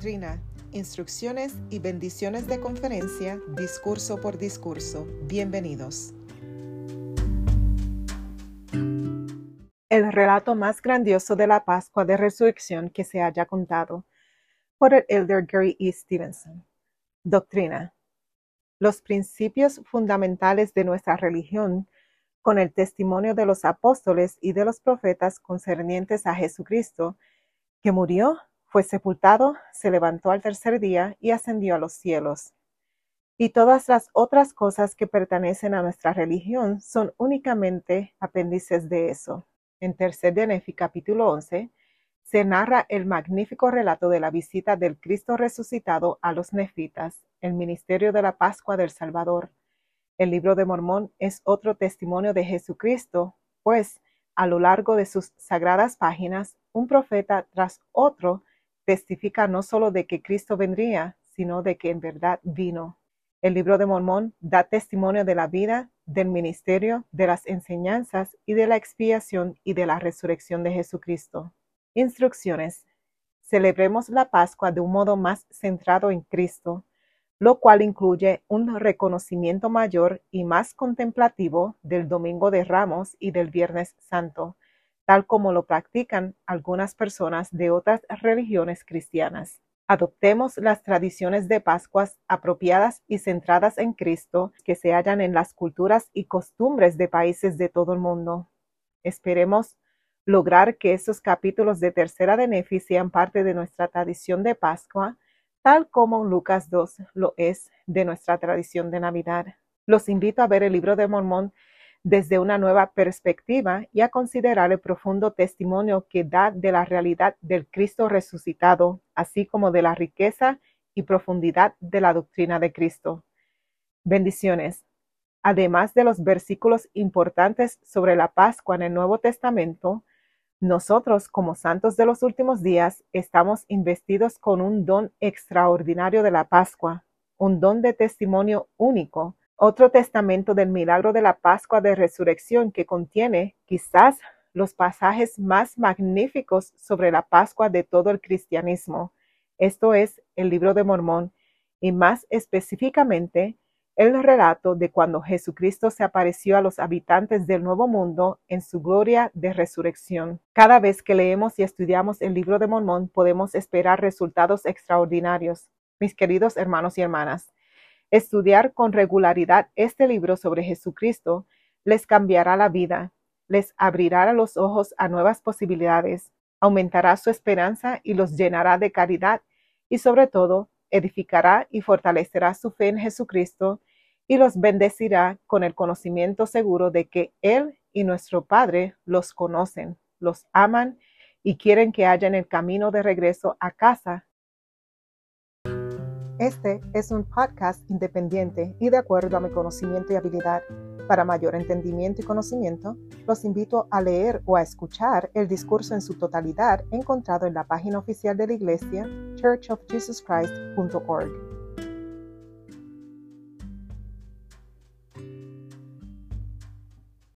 Doctrina, instrucciones y bendiciones de conferencia, discurso por discurso. Bienvenidos. El relato más grandioso de la Pascua de Resurrección que se haya contado, por el Elder Gary E. Stevenson. Doctrina. Los principios fundamentales de nuestra religión, con el testimonio de los apóstoles y de los profetas concernientes a Jesucristo, que murió, fue sepultado, se levantó al tercer día y ascendió a los cielos. Y todas las otras cosas que pertenecen a nuestra religión son únicamente apéndices de eso. En Tercer de Nefi, capítulo 11, se narra el magnífico relato de la visita del Cristo resucitado a los nefitas, el ministerio de la Pascua del Salvador. El Libro de Mormón es otro testimonio de Jesucristo, pues a lo largo de sus sagradas páginas, un profeta tras otro testifica no solo de que Cristo vendría, sino de que en verdad vino. El Libro de Mormón da testimonio de la vida, del ministerio, de las enseñanzas y de la expiación y de la resurrección de Jesucristo. Instrucciones. Celebremos la Pascua de un modo más centrado en Cristo, lo cual incluye un reconocimiento mayor y más contemplativo del Domingo de Ramos y del Viernes Santo, tal como lo practican algunas personas de otras religiones cristianas. Adoptemos las tradiciones de Pascuas apropiadas y centradas en Cristo que se hallan en las culturas y costumbres de países de todo el mundo. Esperemos lograr que estos capítulos de Tercera de Nefi sean parte de nuestra tradición de Pascua, tal como Lucas 2 lo es de nuestra tradición de Navidad. Los invito a ver el Libro de Mormón desde una nueva perspectiva y a considerar el profundo testimonio que da de la realidad del Cristo resucitado, así como de la riqueza y profundidad de la doctrina de Cristo. Bendiciones. Además de los versículos importantes sobre la Pascua en el Nuevo Testamento, nosotros, como santos de los últimos días, estamos investidos con un don extraordinario de la Pascua, un don de testimonio único, otro testamento del milagro de la Pascua de Resurrección que contiene quizás los pasajes más magníficos sobre la Pascua de todo el cristianismo. Esto es el Libro de Mormón y más específicamente el relato de cuando Jesucristo se apareció a los habitantes del Nuevo Mundo en su gloria de resurrección. Cada vez que leemos y estudiamos el Libro de Mormón podemos esperar resultados extraordinarios. Mis queridos hermanos y hermanas, estudiar con regularidad este libro sobre Jesucristo les cambiará la vida, les abrirá los ojos a nuevas posibilidades, aumentará su esperanza y los llenará de caridad y sobre todo edificará y fortalecerá su fe en Jesucristo y los bendecirá con el conocimiento seguro de que Él y nuestro Padre los conocen, los aman y quieren que hayan el camino de regreso a casa. Este es un podcast independiente y de acuerdo a mi conocimiento y habilidad. Para mayor entendimiento y conocimiento, los invito a leer o a escuchar el discurso en su totalidad encontrado en la página oficial de la iglesia churchofjesuschrist.org.